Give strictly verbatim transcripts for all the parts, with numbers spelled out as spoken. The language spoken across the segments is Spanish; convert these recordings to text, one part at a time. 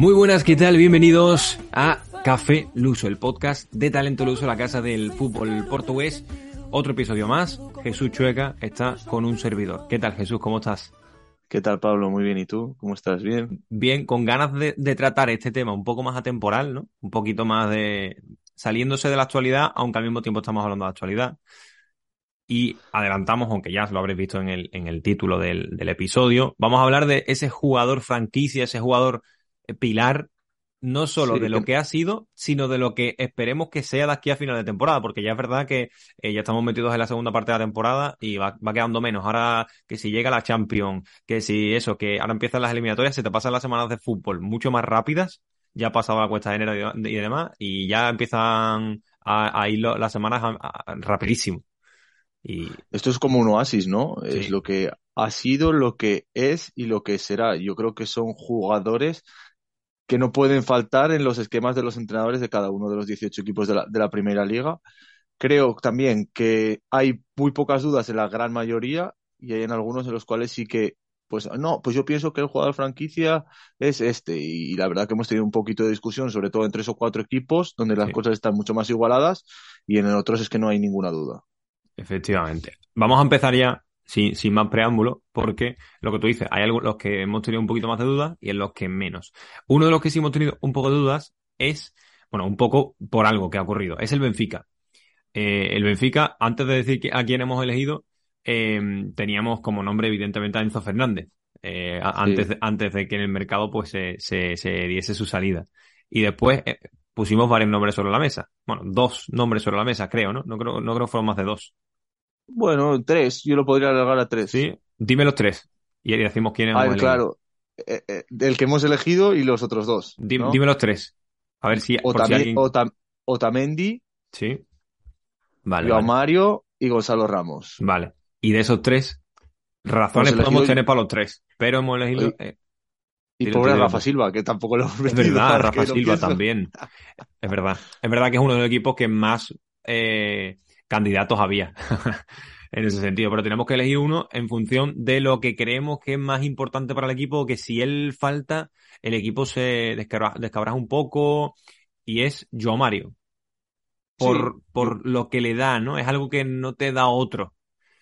Muy buenas, ¿qué tal? Bienvenidos a Café Luso, el podcast de Talento Luso, la casa del fútbol portugués. Otro episodio más. Jesús Chueca está con un servidor. ¿Qué tal, Jesús? ¿Cómo estás? ¿Qué tal, Pablo? Muy bien. ¿Y tú? ¿Cómo estás? ¿Bien? Bien, con ganas de, de tratar este tema un poco más atemporal, ¿no? Un poquito más de saliéndose de la actualidad, aunque al mismo tiempo estamos hablando de actualidad. Y adelantamos, aunque ya lo habréis visto en el, en el título del, del episodio, vamos a hablar de ese jugador franquicia, ese jugador eh, pilar, no solo de Sí, lo que... que ha sido, sino de lo que esperemos que sea de aquí a final de temporada, porque ya es verdad que eh, ya estamos metidos en la segunda parte de la temporada y va, va quedando menos. Ahora que si llega la Champions, que si eso, que ahora empiezan las eliminatorias, se te pasan las semanas de fútbol mucho más rápidas, ya ha pasado la cuesta de enero y, y demás, y ya empiezan a, a ir lo- las semanas a- a- rapidísimo. Y Esto es como un oasis, ¿no? Es sí. lo que ha sido, lo que es y lo que será. Yo creo que son jugadores que no pueden faltar en los esquemas de los entrenadores de cada uno de los dieciocho equipos de la, de la Primera Liga. Creo también que hay muy pocas dudas en la gran mayoría y hay en algunos en los cuales sí que, pues no, pues yo pienso que el jugador franquicia es este y, y la verdad que hemos tenido un poquito de discusión, sobre todo en tres o cuatro equipos donde las Sí, cosas están mucho más igualadas y en otros es que no hay ninguna duda. efectivamente. Vamos a empezar ya sin, sin más preámbulo, porque lo que tú dices, hay algunos los que hemos tenido un poquito más de dudas y en los que menos. Uno de los que sí hemos tenido un poco de dudas es, bueno, un poco por algo que ha ocurrido, es el Benfica. Eh, el Benfica, antes de decir que- a quién hemos elegido, eh, teníamos como nombre evidentemente a Enzo Fernández, eh, a- antes, Sí. de, antes de que en el mercado pues se, se, se diese su salida. Y después eh, pusimos varios nombres sobre la mesa. Bueno, dos nombres sobre la mesa, creo, ¿no? No creo, no creo que fueron más de dos. Bueno, tres, yo lo podría alargar a tres. Sí, dime los tres. Y ahí decimos quiénes A hemos ver, elegido. claro, eh, eh, el que hemos elegido y los otros dos, Dime, ¿no? dime los tres. A ver si, por si Otami- alguien. Otam- Otamendi, Sí, vale, Joao vale. Mario y Gonzalo Ramos. Vale. Y de esos tres, Hemos razones podemos elegido, tener para los tres. Pero hemos elegido. y, eh, y dilo tú, pobre dilo Rafa tú. Silva, que tampoco lo hemos Es metido, verdad, ahora Rafa que lo Silva pienso. también. Es verdad. Es verdad que es uno de los equipos que más eh, candidatos había en ese sentido. Pero tenemos que elegir uno en función de lo que creemos que es más importante para el equipo, que si él falta, el equipo se descabra- descabraja un poco y es Joao Mario. Sí, Por, yo, por lo que le da, ¿no? Es algo que no te da otro.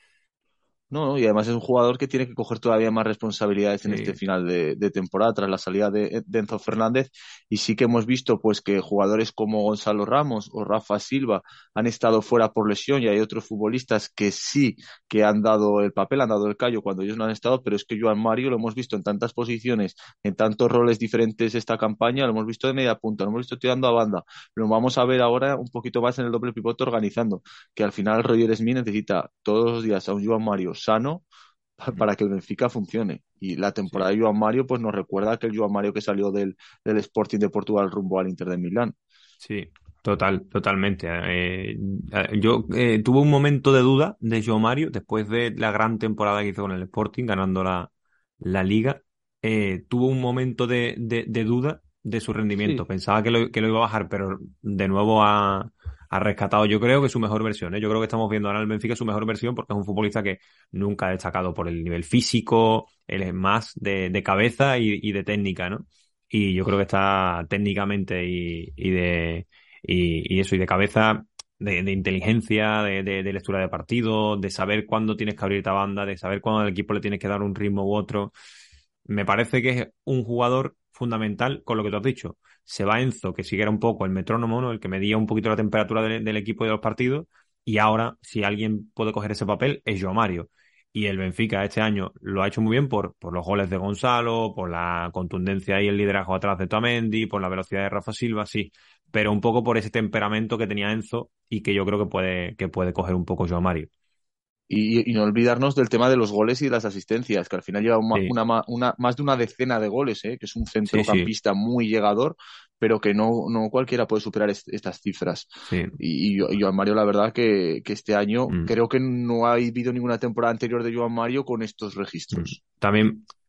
no, no, y además es un jugador que tiene que coger todavía más responsabilidades en este Sí, final de, de temporada tras la salida de, de Enzo Fernández. Y sí que hemos visto pues que jugadores como Gonzalo Ramos o Rafa Silva han estado fuera por lesión y hay otros futbolistas que sí que han dado el papel, han dado el callo cuando ellos no han estado, pero es que Joan Mario lo hemos visto en tantas posiciones, en tantos roles diferentes esta campaña, lo hemos visto de media punta, lo hemos visto tirando a banda, lo vamos a ver ahora un poquito más en el doble pivote organizando, que al final Roger Smith necesita todos los días a un Joan Mario sano pa- para que el Benfica funcione. Y la sí, temporada de Joan Mario pues nos recuerda a aquel Joan Mario que salió del, del Sporting de Portugal rumbo al Inter de Milán. sí, total, totalmente. Eh, eh, yo eh, tuve un momento de duda de Joao Mario después de la gran temporada que hizo con el Sporting, ganando la, la Liga. Eh, tuvo un momento de, de, de duda de su rendimiento. Sí, Pensaba que lo, que lo iba a bajar, pero de nuevo ha, ha rescatado, yo creo que su mejor versión. ¿eh? Yo creo que estamos viendo ahora en el Benfica su mejor versión porque es un futbolista que nunca ha destacado por el nivel físico, él es más de, de cabeza y, y de técnica, ¿no? Y yo creo que está técnicamente y, y de y, y eso, y de cabeza, de, de inteligencia, de, de, de lectura de partido, de saber cuándo tienes que abrirte a banda, de saber cuándo al equipo le tienes que dar un ritmo u otro. Me parece que es un jugador fundamental con lo que tú has dicho. Se va Enzo, que sí que era un poco el metrónomo, ¿no? El que medía un poquito la temperatura del, del equipo y de los partidos. Y ahora, si alguien puede coger ese papel, es Joao Mario. Y el Benfica este año lo ha hecho muy bien por, por los goles de Gonzalo, por la contundencia y el liderazgo atrás de Tamendi, por la velocidad de Rafa Silva, sí. Pero un poco por ese temperamento que tenía Enzo y que yo creo que puede, que puede coger un poco Joao Mario. y, y no olvidarnos del tema de los goles y de las asistencias, que al final lleva una, Sí, una, ma- una- más de una decena de goles, ¿eh? Que es un sí, sí, centrocampista muy llegador, pero que no, no cualquiera puede superar est- estas cifras. sí. Y, y, y Joan Mario, la verdad que, que este año Mm. creo que no ha habido ninguna temporada anterior de Joan Mario con estos Mm. registros. También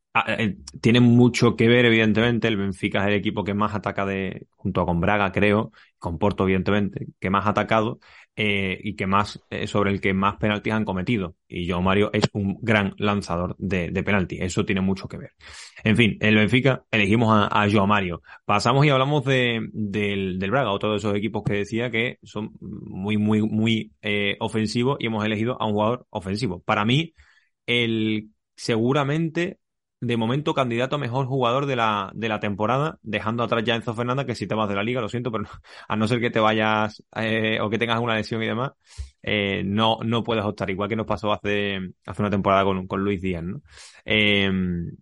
Ah, eh, tiene mucho que ver, evidentemente. El Benfica es el equipo que más ataca de, junto con Braga, creo, con Porto, evidentemente, que más ha atacado eh, y que más, eh, sobre el que más penaltis han cometido. Y João Mario es un gran lanzador de, de penaltis. Eso tiene mucho que ver. En fin, el Benfica elegimos a, a João Mario. Pasamos y hablamos de, del, del Braga, otro de esos equipos que decía que son muy, muy, muy eh, ofensivos y hemos elegido a un jugador ofensivo. Para mí, el seguramente de momento candidato a mejor jugador de la, de la temporada, dejando atrás ya a Enzo Fernández, que si te vas de la liga, lo siento, pero no- a no ser que te vayas eh, o que tengas una lesión y demás, eh, no, no puedes optar, igual que nos pasó hace, hace una temporada con, con Luis Díaz, ¿no? Eh,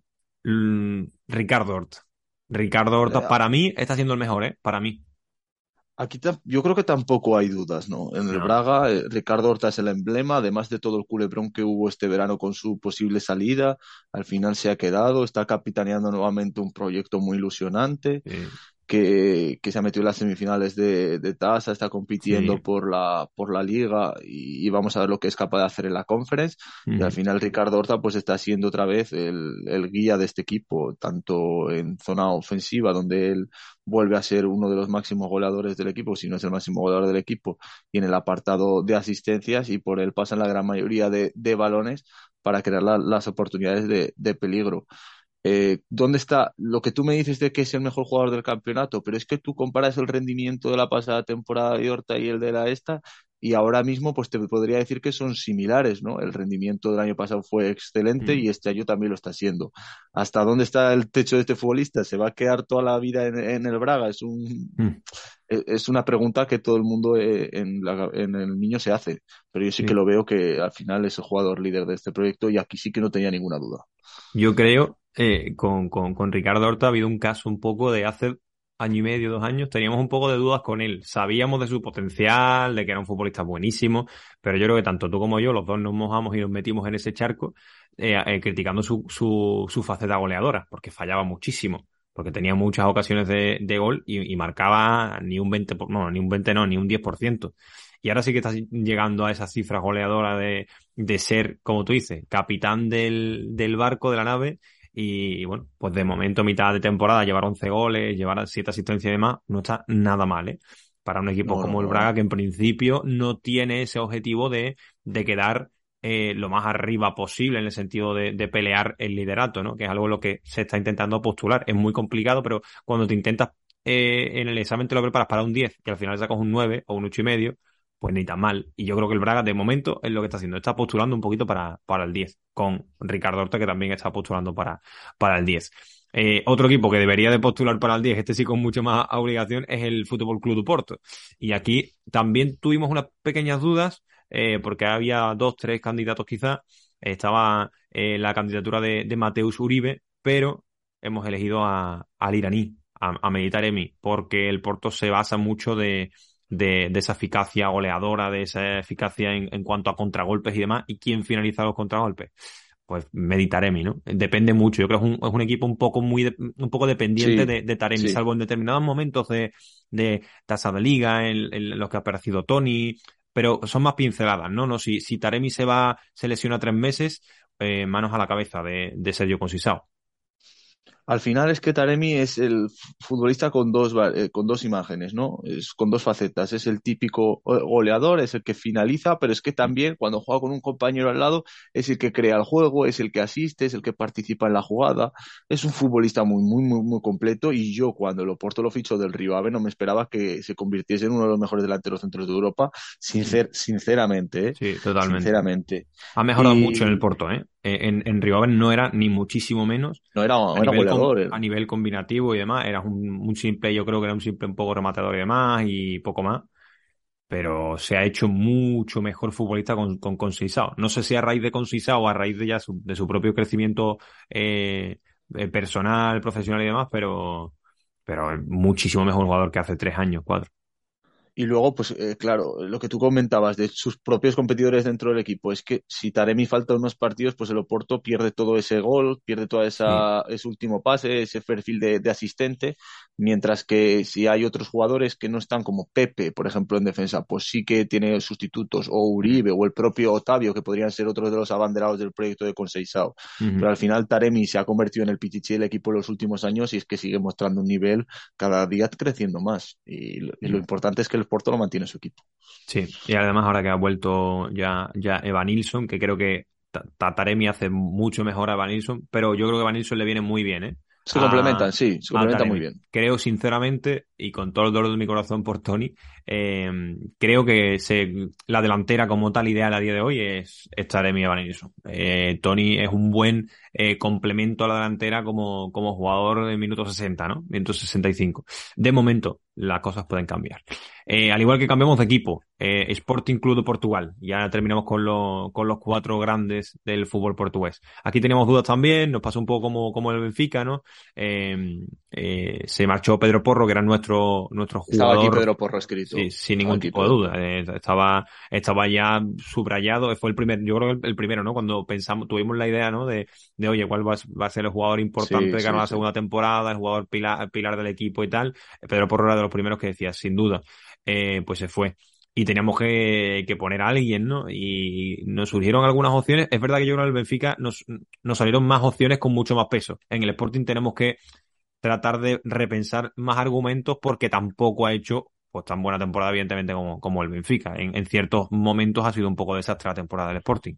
mm, Ricardo Horta. Ricardo Horta, Eh, para mí, está siendo el mejor, ¿eh? Para mí. Aquí tam- yo creo que tampoco hay dudas, ¿no? En el No. Braga, eh, Ricardo Horta es el emblema, además de todo el culebrón que hubo este verano con su posible salida, al final se ha quedado, está capitaneando nuevamente un proyecto muy ilusionante, Sí, que, que se ha metido en las semifinales de, de Tasa, está compitiendo sí. por la, por la Liga y, y vamos a ver lo que es capaz de hacer en la Conference. Y al Ujú. final Ricardo Horta pues está siendo otra vez el, el guía de este equipo, tanto en zona ofensiva, donde él vuelve a ser uno de los máximos goleadores del equipo, si no es el máximo goleador del equipo, y en el apartado de asistencias, y por él pasan la gran mayoría de, de balones para crear la- las oportunidades de, de peligro. Eh, ¿dónde está lo que tú me dices de que es el mejor jugador del campeonato? Pero es que tú comparas el rendimiento de la pasada temporada de Horta y el de la esta, y ahora mismo pues te podría decir que son similares, ¿no? El rendimiento del año pasado fue excelente Mm, y este año también lo está siendo. ¿Hasta dónde está el techo de este futbolista? ¿Se va a quedar toda la vida en, en el Braga? Es un, mm, es una pregunta que todo el mundo eh, en, la- en el niño se hace, pero yo sí que sí. lo veo que al final es el jugador líder de este proyecto y aquí sí que no tenía ninguna duda. Yo creo, eh, con, con, con Ricardo Horta ha habido un caso un poco de hace año y medio, dos años, teníamos un poco de dudas con él. Sabíamos de su potencial, de que era un futbolista buenísimo, pero yo creo que tanto tú como yo, los dos nos mojamos y nos metimos en ese charco, eh, eh, criticando su, su, su faceta goleadora, porque fallaba muchísimo, porque tenía muchas ocasiones de, de gol y, y marcaba ni un veinte por, no, ni un veinte no, ni un diez por ciento. Y ahora sí que está llegando a esas cifras goleadoras de, de ser, como tú dices, capitán del, del barco, de la nave. Y bueno, pues de momento, mitad de temporada, llevar once goles, llevar siete asistencias y demás, no está nada mal, ¿eh? Para un equipo No, no, como el no, Braga, no. que en principio no tiene ese objetivo de, de quedar eh, lo más arriba posible en el sentido de, de pelear el liderato, ¿no? Que es algo en lo que se está intentando postular. Es muy complicado, pero cuando te intentas eh, en el examen te lo preparas para un diez, que al final sacas un nueve o un ocho y medio, pues ni tan mal. Y yo creo que el Braga, de momento, es lo que está haciendo. Está postulando un poquito para, para el diez, con Ricardo Horta, que también está postulando para, para el diez. Eh, otro equipo que debería de postular para el diez, este sí con mucho más obligación, es el Fútbol Club do Porto. Y aquí también tuvimos unas pequeñas dudas, eh, porque había dos, tres candidatos quizás. Estaba eh, la candidatura de, de Mateus Uribe, pero hemos elegido a, al iraní, a, a Mehdi Taremi, porque el Porto se basa mucho de de, de esa eficacia goleadora, de esa eficacia en, en cuanto a contragolpes y demás. ¿Y quién finaliza los contragolpes? Pues Mehdi Taremi, ¿no? Depende mucho. Yo creo que es un, es un equipo un poco muy de- un poco dependiente Sí, de, de Taremi, sí. salvo en determinados momentos de, de tasa de liga, en, en los que ha aparecido Tony, pero son más pinceladas, ¿no? No, si, si Taremi se va, se lesiona tres meses, eh, manos a la cabeza de, de Sergio Conceição. Al final es que Taremi es el f- futbolista con dos, va- eh, con dos imágenes, ¿no? Es con dos facetas. Es el típico eh, goleador, es el que finaliza, pero es que también cuando juega con un compañero al lado es el que crea el juego, es el que asiste, es el que participa en la jugada. Es un futbolista muy, muy, muy, muy completo y yo cuando el Oporto lo fichó del Río Ave no me esperaba que se convirtiese en uno de los mejores delanteros centros de Europa, sincer- sinceramente, ¿eh? Sí, totalmente. Sinceramente. Ha mejorado mucho en el Y Porto, ¿eh? En, en Río no era ni muchísimo menos. no era, A era nivel, com- goleador, eh. a nivel combinativo y demás, era un, un simple, yo creo que era un simple un poco rematador y demás y poco más. Pero se ha hecho mucho mejor futbolista con, con Conceição. No sé si a raíz de Conceição o a raíz de ya su, de su propio crecimiento eh, eh, personal, profesional y demás, pero, pero es muchísimo mejor jugador que hace tres años, cuatro. Y luego, pues eh, claro, lo que tú comentabas de sus propios competidores dentro del equipo, es que si Taremi falta unos partidos, pues el Oporto pierde todo ese gol, pierde todo Sí. esa, ese último pase, ese perfil de, de asistente, mientras que si hay otros jugadores que no están como Pepe, por ejemplo, en defensa, pues sí que tiene sustitutos, o Mm. Uribe, o el propio Otavio, que podrían ser otros de los abanderados del proyecto de Conceicao. Ujú. Pero al final Taremi se ha convertido en el pichichi del equipo en los últimos años y es que sigue mostrando un nivel cada día creciendo más. Y lo, y lo Mm. importante es que el Porto lo mantiene su equipo. Sí, y además ahora que ha vuelto ya, ya Evanilson, que creo que Ta- Ta- Taremi hace mucho mejor a Evanilson, pero yo creo que Evanilson le viene muy bien, ¿eh? Se A, complementan, sí, se a complementan muy Taremi. bien. Creo sinceramente, y con todo el dolor de mi corazón por Tony, eh, creo que se, la delantera como tal ideal a día de hoy es, es Taremi y Evanilson. Eh, Tony es un buen eh, complemento a la delantera como, como jugador de minuto sesenta, ¿no? Minuto sesenta y cinco. De momento, las cosas pueden cambiar. Eh, al igual que cambiamos de equipo, eh, Sporting Club de Portugal. Ya terminamos con, lo- con los cuatro grandes del fútbol portugués. Aquí teníamos dudas también, nos pasó un poco como, como el Benfica, ¿no? Eh, eh, se marchó Pedro Porro, que era nuestro, nuestro Estaba aquí jugador, Pedro Porro sí, escrito. sin Estaba ningún aquí tipo de Pedro duda. Porro. Eh, estaba, estaba ya subrayado, fue el primer, yo creo que el, el primero, ¿no? Cuando pensamos, tuvimos la idea, ¿no? De, de oye, ¿cuál va, a va a ser el jugador importante Sí, de cara a sí, la sí. segunda temporada, el jugador pilar, pilar del equipo y tal? Pedro Porro era de los primeros que decía, sin duda. Eh, pues se fue. Y teníamos que, que poner a alguien, ¿no? Y nos surgieron algunas opciones. Es verdad que yo creo que en el Benfica nos, nos salieron más opciones con mucho más peso. En el Sporting tenemos que tratar de repensar más argumentos porque tampoco ha hecho pues tan buena temporada, evidentemente, como, como el Benfica. En, en ciertos momentos ha sido un poco desastre la temporada del Sporting.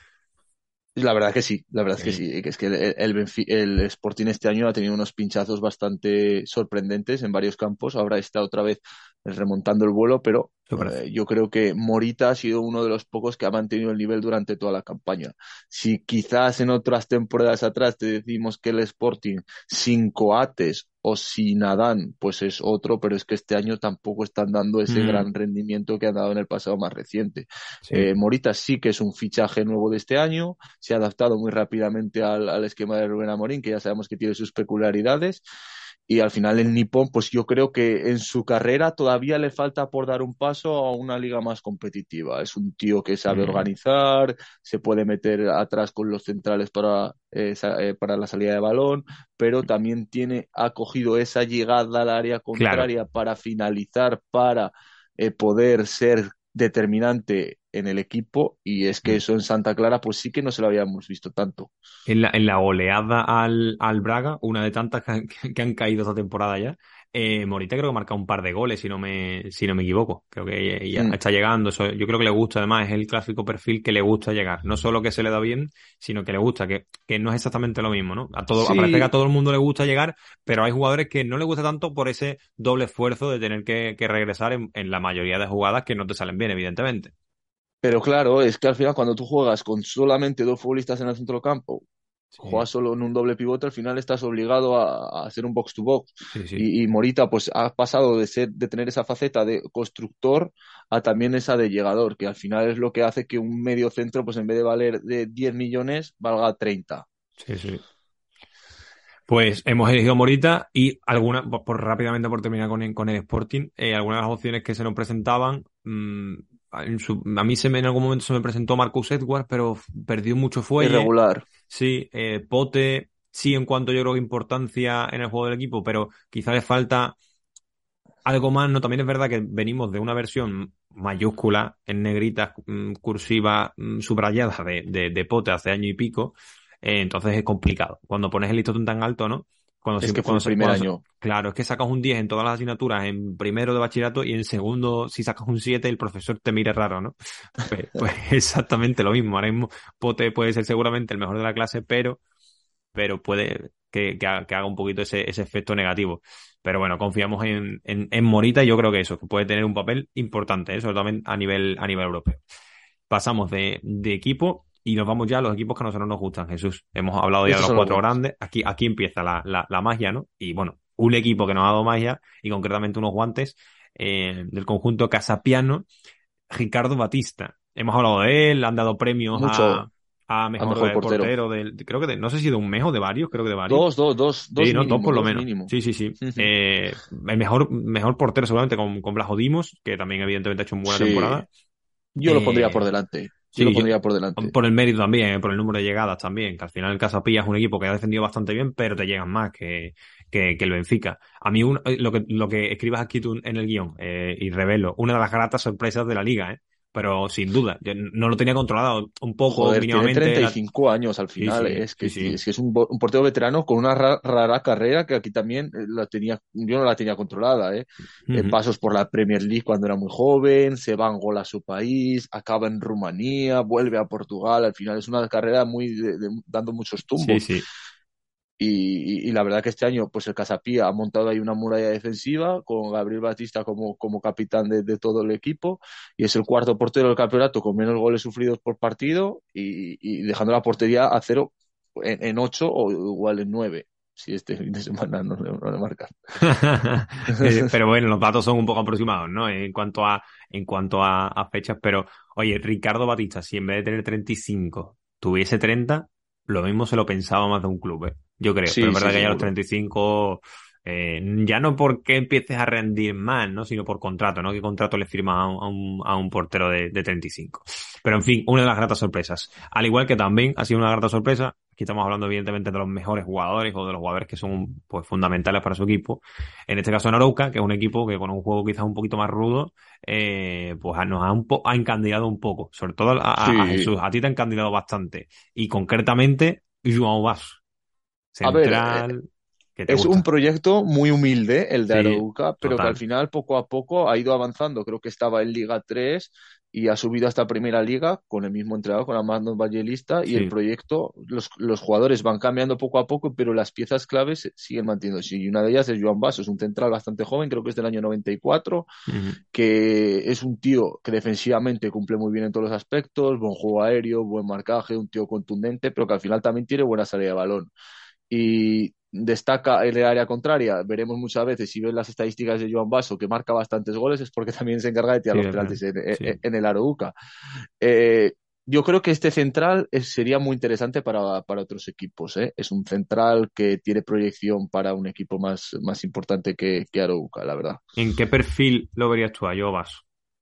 La verdad que sí, la verdad es que Sí, sí, que es que el, el, Benfi- el Sporting este año ha tenido unos pinchazos bastante sorprendentes en varios campos. Ahora está otra vez remontando el vuelo, pero eso parece. eh, yo creo que Morita ha sido uno de los pocos que ha mantenido el nivel durante toda la campaña. Si quizás en otras temporadas atrás te decimos que el Sporting sin Coates o sin Adán, pues es otro, pero es que este año tampoco están dando ese Mm, gran rendimiento que han dado en el pasado más reciente. sí. Eh, Morita sí que es un fichaje nuevo de este año, se ha adaptado muy rápidamente al, al esquema de Rubén Amorín, que ya sabemos que tiene sus peculiaridades. Y al final el Nippon, pues yo creo que en su carrera todavía le falta por dar un paso a una liga más competitiva. Es un tío que sabe Mm, organizar, se puede meter atrás con los centrales para, eh, sa- eh, para la salida de balón, pero también tiene, ha cogido esa llegada al área claro. contraria para finalizar, para eh, poder ser determinante en el equipo, y es que Mm. eso en Santa Clara pues sí que no se lo habíamos visto tanto. En la, en la goleada al, al Braga, una de tantas que han, que han caído esta temporada ya, eh, Morita creo que marca un par de goles, si no me, si no me equivoco. Creo que ya Mm. está llegando. Eso, yo creo que le gusta, además, es el clásico perfil que le gusta llegar. No solo que se le da bien, sino que le gusta, que, que no es exactamente lo mismo, ¿no? A todo, parece que a Sí, todo el mundo le gusta llegar, pero hay jugadores que no le gusta tanto por ese doble esfuerzo de tener que, que regresar en, en la mayoría de jugadas que no te salen bien, evidentemente. pero claro, es que al final cuando tú juegas con solamente dos futbolistas en el centro del campo, Sí, juegas solo en un doble pivote, al final estás obligado a, a hacer un box to box. sí, sí. Y, y Morita pues ha pasado de ser, de tener esa faceta de constructor a también esa de llegador, que al final es lo que hace que un medio centro, pues en vez de valer de diez millones, valga treinta. Sí, sí. Pues hemos elegido Morita y algunas, por, por- rápidamente por terminar con el, con el Sporting, eh, algunas de las opciones que se nos presentaban, mm, en su- a mí se me, en algún momento se me presentó Marcus Edwards, pero f- perdió mucho fuelle. Irregular. Sí, eh, Pote, sí, en cuanto yo creo que importancia en el juego del equipo, pero quizá le falta algo más, ¿no? También es verdad que venimos de una versión mayúscula, en negrita, mm, cursiva, mm, subrayada de, de, de Pote hace año y pico, eh, entonces es complicado. Cuando pones el listón tan alto, ¿no? Cuando, Es siempre- que fue cuando, el se- primer cuando se- año. claro, es que sacas un diez en todas las asignaturas, en primero de bachillerato y en segundo, si sacas un siete el profesor te mire raro, ¿no? Pues, pues exactamente lo mismo. Ahora mismo Pote puede ser seguramente el mejor de la clase, pero pero puede que, que haga, que haga un poquito ese, ese efecto negativo. Pero bueno, confiamos en, en, en Morita y yo creo que eso, que puede tener un papel importante, ¿eh? Sobre todo también a nivel, a nivel europeo. Pasamos de, de equipo y nos vamos ya a los equipos que a nosotros nos gustan, Jesús. Hemos hablado ya de Estos los son los cuatro buenos. grandes. Aquí, aquí empieza la, la, la magia, ¿no? Y bueno, un equipo que nos ha dado magia y concretamente unos guantes eh, del conjunto Casapiano, Ricardo Batista. Hemos hablado de él, han dado premios a, Mucho. a al mejor mejor eh, portero. portero del, creo que de, no sé si de un mes o de varios, creo que de varios. Dos, dos, dos, Sí, dos ¿no? Dos mínimo, por lo dos menos. mínimo. Sí, sí, sí. Eh, el mejor, mejor portero seguramente con, con Blajo Dimos, que también evidentemente ha hecho una buena Sí, temporada. yo lo pondría por Eh, delante. Yo lo sí, yo, pondría por delante. por el mérito también, eh, por el número de llegadas también, que al final el Casapía es un equipo que ha defendido bastante bien, pero te llegan más que, que, que el Benfica. A mí un- eh, lo que, lo que escribas aquí tú en el guión, eh, y revelo, una de las gratas sorpresas de la liga, ¿eh? Pero sin duda, yo no lo tenía controlado un poco Joder, tiene mínimamente. treinta y La... cinco años al Sí, final. sí, Es sí, que, sí. es que es un, bo- un portero veterano con una ra- rara carrera que aquí también eh, la tenía, yo no la tenía controlada, ¿eh? Eh, Ujú. pasos por la Premier League cuando era muy joven, se va a Angola a su país, acaba en Rumanía, vuelve a Portugal. Al final es una carrera muy de- de- dando muchos Sí, tumbos. sí. Y, y- y la verdad que este año, pues el Casapía ha montado ahí una muralla defensiva con Gabriel Batista como, como capitán de, de todo el equipo y es el cuarto portero del campeonato con menos goles sufridos por partido y, y dejando la portería a cero en, en ocho o igual en nueve, si este fin de semana no, le- no le marcan. Eh, Pero bueno, los datos son un poco aproximados, ¿no? En cuanto a, en cuanto a, a fechas. Pero, oye, Ricardo Batista, si en vez de tener treinta y cinco tuviese treinta, lo mismo se lo pensaba más de un club, ¿eh? Yo creo. Pero Sí, es sí, verdad que ya a los seguro. treinta y cinco, eh, ya no porque empieces a rendir más, ¿no? Sino por contrato, ¿no? ¿Qué contrato le firma a un, a un, a un portero de, de treinta y cinco? Pero en fin, una de las gratas sorpresas. Al igual que también ha sido una grata sorpresa, aquí estamos hablando evidentemente de los mejores jugadores o de los jugadores que son pues fundamentales para su equipo. En este caso en Arauca, que es un equipo que con un juego quizás un poquito más rudo, eh, pues nos ha, un po ha encandilado un poco, sobre todo a, a- a Sí. Jesús. A ti te ha encandilado bastante. Y concretamente, Joao Vaz, A ver, eh, central, que te es un gusta. proyecto muy humilde, el de Sí, Arouca, pero que al total. final poco a poco ha ido avanzando. Creo que estaba en Liga tres y ha subido hasta Primera Liga con el mismo entrenador, con Armando Evangelista, y el Sí. proyecto, los, los jugadores van cambiando poco a poco, pero las piezas claves se- siguen manteniéndose. Y una de ellas es Joan Basso, es un central bastante joven, creo que es del año noventa y cuatro, Ujú. que es un tío que defensivamente cumple muy bien en todos los aspectos, buen juego aéreo, buen marcaje, un tío contundente, pero que al final también tiene buena salida de balón y destaca en el área contraria. Veremos muchas veces, si ves las estadísticas de Joan Basso, que marca bastantes goles, es porque también se encarga de tirar Sí, los de penaltis plan. en, en, Sí. en el Arouca. Eh, yo creo que este central es, sería muy interesante para, para otros equipos. ¿eh? Es un central que tiene proyección para un equipo más, más importante que, que Arouca, la verdad. ¿En qué perfil lo verías tú a Joao Vaz?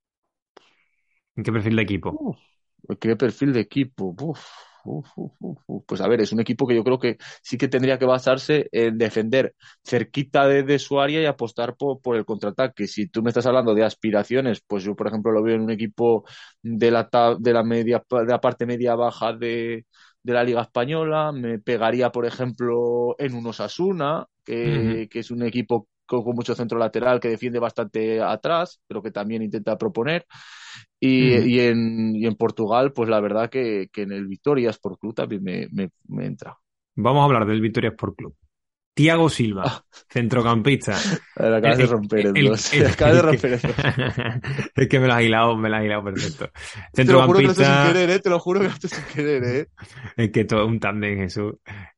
¿En qué perfil de equipo? Uf, ¿qué perfil de equipo? Uf, uf, uf, uf, uf. Pues a ver, es un equipo que yo creo que sí que tendría que basarse en defender cerquita de, de su área y apostar por, por el contraataque. Si tú me estás hablando de aspiraciones, pues yo, por ejemplo, lo veo en un equipo de la, ta- de la media, de la parte media baja de, de la Liga Española. Me pegaría, por ejemplo, en un Osasuna, Ujú. que, que es un equipo con, con mucho centro lateral que defiende bastante atrás, pero que también intenta proponer. Y, Ujú. y, en, y en Portugal, pues la verdad que, que en el Vitória Sport Club también me, me, me entra. Vamos a hablar del Victoria Sport Club. Tiago Silva, Ah, centrocampista. a ver, El, acabas de el, romper en el, dos. el- Acabas de el que... romper en dos. Es que me lo has hilado, me lo has hilado perfecto. Te lo juro que lo estoy sin Centrocampista, querer, ¿eh? Te lo juro que lo estoy sin querer, ¿eh? es que todo es un tándem, Jesús.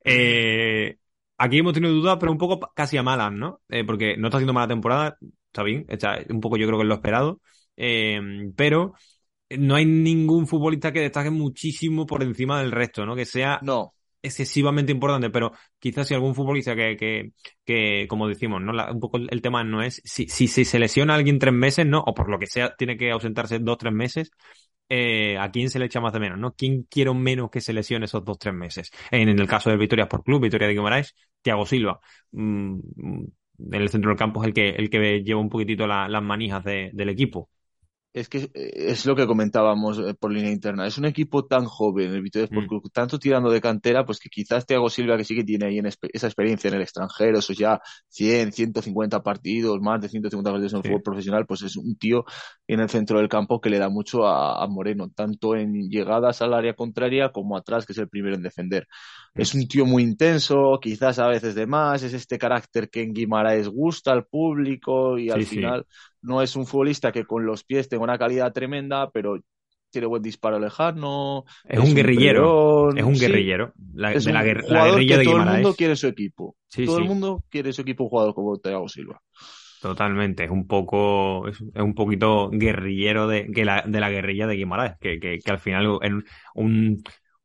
Eh, aquí hemos tenido dudas, pero un poco pa- casi a malas, ¿no? Eh, porque no está haciendo mala temporada, está bien, está un poco yo creo que es lo esperado. Eh, pero no hay ningún futbolista que destaque muchísimo por encima del resto, ¿no? Que sea No, excesivamente importante, pero quizás si algún futbolista que, que, que como decimos, ¿no? La- un poco el tema no es si, si, si se lesiona a alguien tres meses, ¿no? O por lo que sea, tiene que ausentarse dos, tres meses, eh, ¿a quién se le echa más de menos, ¿no? ¿Quién quiero menos que se lesione esos dos, tres meses? En, en el caso del Victoria Sport Club, Victoria de Guimarães, Thiago Silva. Mm, mm, en el centro del campo es el que, el que lleva un poquitito la- las manijas de- del equipo. es que eh, es lo que comentábamos eh, por línea interna. Es un equipo tan joven, el Vitória Sport Mm, Club, tanto tirando de cantera, pues que quizás Thiago Silva, que sí que tiene ahí en espe- esa experiencia en el extranjero, esos ya cien, ciento cincuenta partidos, más de ciento cincuenta partidos en el sí. fútbol profesional, pues es un tío en el centro del campo que le da mucho a, a Moreno, tanto en llegadas al área contraria como atrás, que es el primero en defender. Mm, Es un tío muy intenso, quizás a veces de más, es este carácter que en Guimaraes gusta al público y al sí, sí. final no es un futbolista que con los pies tenga una calidad tremenda, pero tiene buen disparo lejano, Es un es un guerrillero. Es peleón, un sí, guerrillero. La- es de la, un guer- la jugador guerrilla que de todo el mundo Guimarães. quiere en su equipo. Sí, Todo el sí. mundo quiere en su equipo un jugador como Thiago Silva. Totalmente, es un poco, es, es un poquito guerrillero de, que la, de la guerrilla de Guimarães, que, que, que al final en un,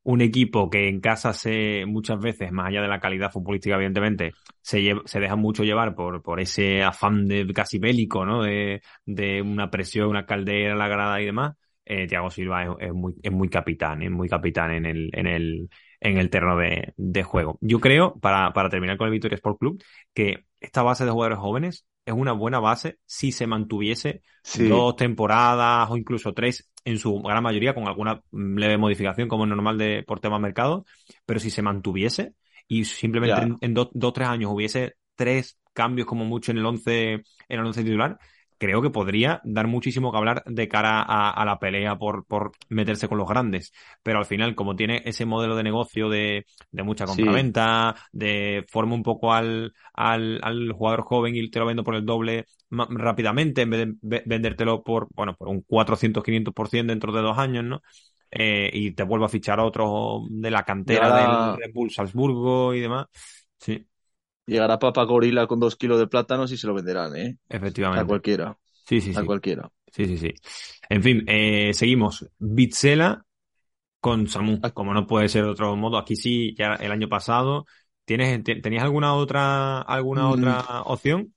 un equipo que en casa se muchas veces, más allá de la calidad futbolística, evidentemente, se, lle- se deja mucho llevar por, por ese afán de casi bélico, ¿no? De, de una presión, una caldera, la grada y demás. Eh, Thiago Silva es, es muy, es muy capitán, es muy capitán en el, en el, en el terreno de, de juego. Yo creo, para, para terminar con el Vitoria Sport Club, que esta base de jugadores jóvenes es una buena base si se mantuviese Sí, dos temporadas o incluso tres, en su gran mayoría, con alguna leve modificación como es normal de, por tema mercado, pero si se mantuviese y simplemente ya, en, en dos o tres años hubiese tres cambios como mucho en el once, en el once titular, creo que podría dar muchísimo que hablar de cara a, a la pelea por, por meterse con los grandes. Pero al final, como tiene ese modelo de negocio de, de mucha sí. compraventa, de forma un poco al, al, al jugador joven y te lo vendo por el doble ma- rápidamente en vez de ve- vendértelo por, bueno, por un cuatrocientos quinientos por ciento dentro de dos años, ¿no? Eh, y te vuelvo a fichar a otro de la cantera del Llegará, Red Bull Salzburgo y demás. Sí, llegará Papa Gorila con dos kilos de plátanos y se lo venderán, ¿eh? A efectivamente. cualquiera, Sí, sí, a sí. cualquiera. Sí, sí, sí. En fin, eh, seguimos. Bitzela con Samu, A- como no puede ser de otro modo. Aquí sí, ya el año pasado. ¿Tienes, te- ¿tenías alguna otra, alguna mm, otra opción?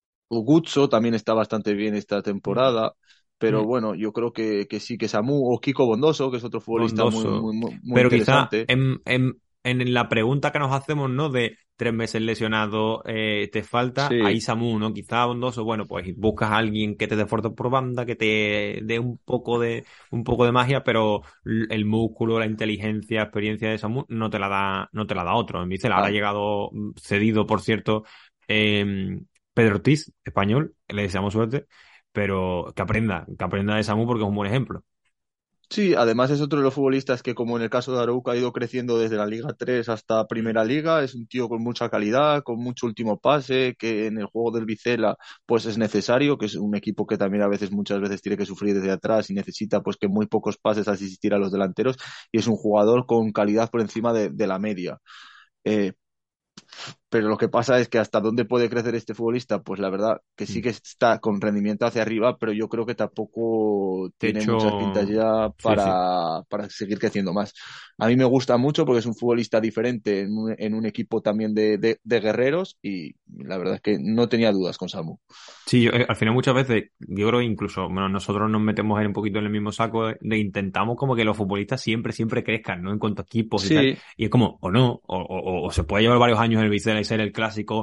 Gutso también está bastante bien esta Mm, temporada, pero mm. bueno, yo creo que, que sí, que Samu o Kiko Bondoso, que es otro futbolista muy, Bondoso. muy, muy, muy Pero quizá interesante. en, en, en la pregunta que nos hacemos, ¿no? De tres meses lesionado, eh, te falta, ahí Sí, Samu, ¿no? Quizá Bondoso, bueno, pues buscas a alguien que te dé fuerza por banda, que te dé un poco de, un poco de magia, pero l- el músculo, la inteligencia, experiencia de Samu no te la da, no te la da otro. En Vizela ahora ha ah, llegado mm, cedido, por cierto, eh, Pedro Ortiz, español, le deseamos suerte, pero que aprenda, que aprenda de Samu porque es un buen ejemplo. sí, además es otro de los futbolistas que, como en el caso de Arouca, ha ido creciendo desde la Liga tres hasta Primera Liga. Es un tío con mucha calidad, con mucho último pase, que en el juego del Vicela pues es necesario, que es un equipo que también a veces, muchas veces tiene que sufrir desde atrás y necesita pues que muy pocos pases asistir a los delanteros. Y es un jugador con calidad por encima de, de la media. Eh, pero lo que pasa es que hasta dónde puede crecer este futbolista, pues la verdad que sí Mm. que está con rendimiento hacia arriba, pero yo creo que tampoco De tiene muchas pintas hecho, ya sí, sí. para, para seguir creciendo más. A mí me gusta mucho porque es un futbolista diferente en un, en un equipo también de, de, de guerreros y la verdad es que no tenía dudas con Samu. Sí, yo, eh, al final muchas veces, yo creo que incluso, bueno, nosotros nos metemos ahí un poquito en el mismo saco de, de intentamos como que los futbolistas siempre, siempre crezcan, ¿no? En cuanto a equipos y tal. Sí, Y es como, o no, o, o, o se puede llevar varios años en el Vicena y ser el clásico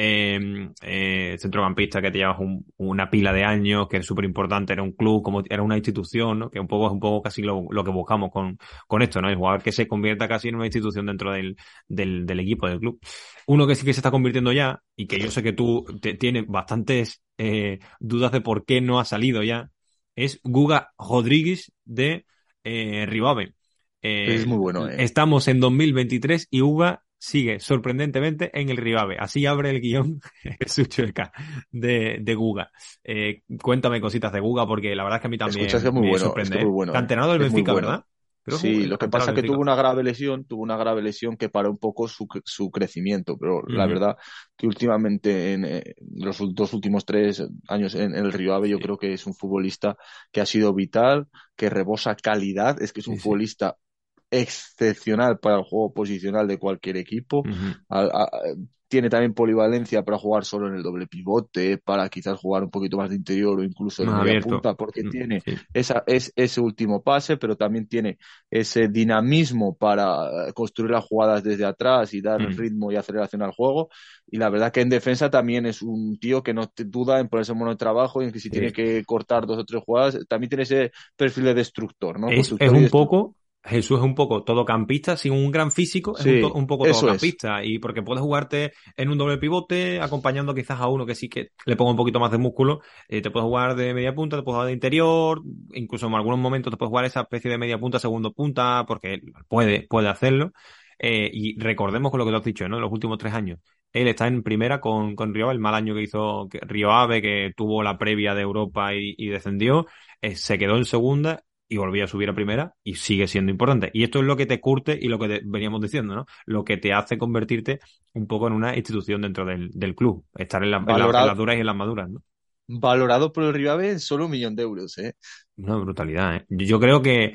eh, eh, centrocampista que te llevas un- una pila de años, que es súper importante, era un club, como era una institución, ¿no? Que un poco es un poco casi lo, lo que buscamos con, con esto, ¿no? El jugador que se convierta casi en una institución dentro del, del, del equipo, del club. Uno que sí que se está convirtiendo ya, y que yo sé que tú te- tienes bastantes eh, dudas de por qué no ha salido ya, es Guga Rodríguez de eh, Rivave. es Eh, muy bueno, ¿eh? Estamos en dos mil veintitrés y Uga sigue sorprendentemente en el Rivave. Así abre el guión Jesús Chueca de, de Guga. Eh, cuéntame cositas de Guga porque la verdad es que a mí Escuchas que también es muy me bueno, es que sorprende, es muy ¿eh? bueno, ¿eh? Canterano del Es muy Benfica, bueno. ¿verdad? Creo que Sí, es lo que canterano pasa del es que tuvo Benfica. una grave lesión, tuvo una grave lesión que paró un poco su, su crecimiento, pero la Ujú, verdad que últimamente en eh, los dos últimos tres años en, en el Río Ave yo sí, creo que es un futbolista que ha sido vital, que rebosa calidad, es que es un sí, sí. futbolista excepcional para el juego posicional de cualquier equipo. Ujú. A- a- Tiene también polivalencia para jugar solo en el doble pivote, para quizás jugar un poquito más de interior o incluso de Más media abierto. punta, porque Mm, tiene sí. esa, es, ese último pase, pero también tiene ese dinamismo para construir las jugadas desde atrás y dar Mm. ritmo y aceleración al juego. Y la verdad que en defensa también es un tío que no te duda en ponerse en mono de trabajo y en que si tiene Sí. que cortar dos o tres jugadas, también tiene ese perfil de destructor, ¿no? Es, es Constructor y un destructor. poco, Jesús es un poco todocampista, sin un gran físico, es un, to- Sí, un poco eso es. todocampista. Y porque puedes jugarte en un doble pivote, acompañando quizás a uno que sí que le ponga un poquito más de músculo. Eh, te puedes jugar de media punta, te puedes jugar de interior, incluso en algunos momentos te puedes jugar esa especie de media punta, segundo punta, porque él puede, puede hacerlo. Eh, y recordemos con lo que tú has dicho, ¿no? En los últimos tres años. Él está en primera con, con Río Ave, el mal año que hizo que- Río Ave, que tuvo la previa de Europa y, y descendió. Eh, se quedó en segunda y volví a subir a primera y sigue siendo importante. Y esto es lo que te curte y lo que te veníamos diciendo, ¿no? Lo que te hace convertirte un poco en una institución dentro del, del club, estar en, la- en, la- en las Valorado, duras y en las maduras, ¿no? valorado por el Río Ave en solo un millón de euros, ¿eh? Una brutalidad, ¿eh? Yo yo creo que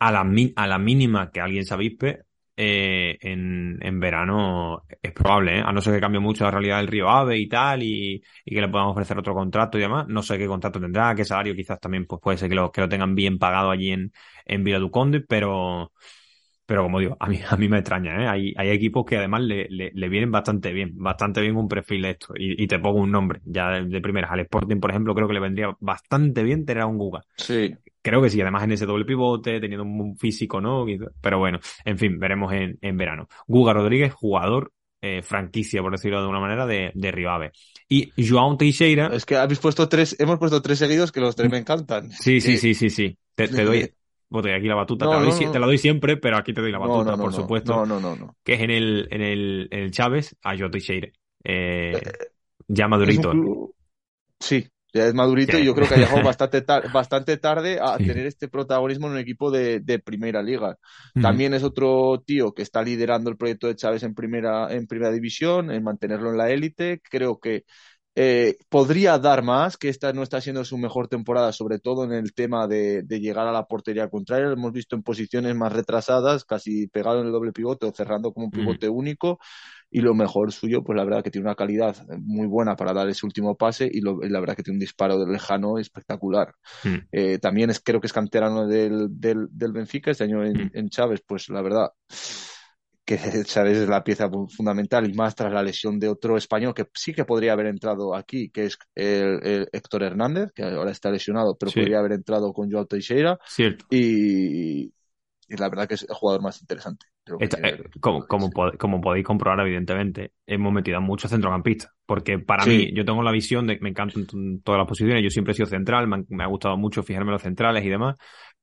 a la, mi- a la mínima que alguien se avispe, eh, en, en verano es probable, ¿eh? A no ser que cambie mucho la realidad del Río Ave y tal, y, y que le podamos ofrecer otro contrato y demás. No sé qué contrato tendrá, qué salario, quizás también pues puede ser que lo, que lo tengan bien pagado allí en, en Vila do Conde, pero, pero como digo, a mí, a mí me extraña, ¿eh? Hay, hay equipos que además le, le, le vienen bastante bien, bastante bien un perfil de esto. Y, y te pongo un nombre, ya de, de primeras. Al Sporting, por ejemplo, creo que le vendría bastante bien tener a un Guga. Sí, Creo que sí, además en ese doble pivote, teniendo un físico, ¿no? Pero bueno, en fin, veremos en, en verano. Guga Rodríguez, jugador, eh, franquicia, por decirlo de una manera, de, de Río Ave. Y João Teixeira, es que habéis puesto tres, hemos puesto tres seguidos que los tres mm, me encantan. Es sí, sí, que sí, sí, sí. Te, te doy, bueno, te doy aquí la batuta, te no, la doy, no, sie- te la no, doy siempre, pero aquí te doy la no, no, batuta, no, por no, supuesto, no, no, no, no. que es en el, en el, en el Chávez a João Teixeira. Eh, Eh, ya Es un madurito. club, sí, ya es madurito y Que- yo creo que ha llegado bastante, tar- bastante tarde a Sí. tener este protagonismo en un equipo de, de primera liga. Ujú, También es otro tío que está liderando el proyecto de Chávez en primera, en primera división, en mantenerlo en la élite. Creo que eh, podría dar más, que esta no está siendo su mejor temporada, sobre todo en el tema de, de llegar a la portería contraria. Lo hemos visto en posiciones más retrasadas, casi pegado en el doble pivote o cerrando como un ujú, pivote único. Y lo mejor suyo, pues la verdad que tiene una calidad muy buena para dar ese último pase y, lo, y la verdad que tiene un disparo de lejano espectacular. ujú, Eh, también es, creo que es canterano del, del, del Benfica, este año en, ujú. en Chávez, pues la verdad que Chávez es la pieza fundamental y más tras la lesión de otro español que sí que podría haber entrado aquí, que es el, el Héctor Hernández, que ahora está lesionado, pero Sí, podría haber entrado con Joao Teixeira cierto. y, y la verdad que es el jugador más interesante de lo que Esta- tiene eh, el equipo. como, como, pod- como podéis comprobar, evidentemente, hemos metido a muchos centrocampistas. Porque para mí, Sí, yo tengo la visión de que me encantan t- todas las posiciones. Yo siempre he sido central, me, han- me ha gustado mucho fijarme en los centrales y demás.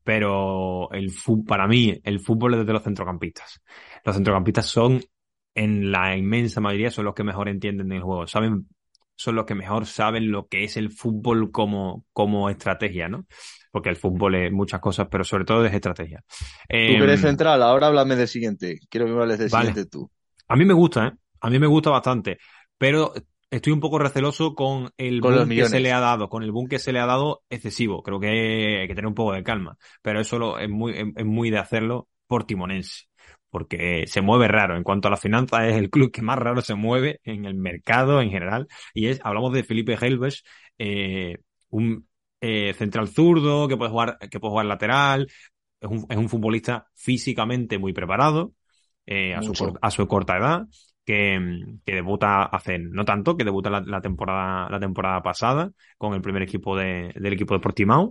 Pero el fu- para mí, el fútbol es de los centrocampistas. Los centrocampistas son, en la inmensa mayoría, son los que mejor entienden el juego. Saben, son los que mejor saben lo que es el fútbol como, como estrategia, ¿no? Porque el fútbol es muchas cosas, pero sobre todo es estrategia. tú que eres Em, central, ahora háblame del siguiente. Quiero que me hables del vale. siguiente tú. A mí me gusta, ¿eh? A mí me gusta bastante, pero estoy un poco receloso con el Con los boom que se le millones. ha dado, con el boom que se le ha dado excesivo. Creo que hay que tener un poco de calma, pero eso lo- es muy, es, es muy de hacerlo por Timonense, porque se mueve raro. En cuanto a las finanzas, es el club que más raro se mueve en el mercado en general, y es, hablamos de Felipe Helves, eh, un eh, central zurdo que puede jugar, que puede jugar lateral, es un, es un futbolista físicamente muy preparado, eh, a su, cor- Mucho. a su corta edad, que, mm, que debuta hace no tanto, que debuta la, la temporada, la temporada pasada con el primer equipo de, del equipo de Portimao,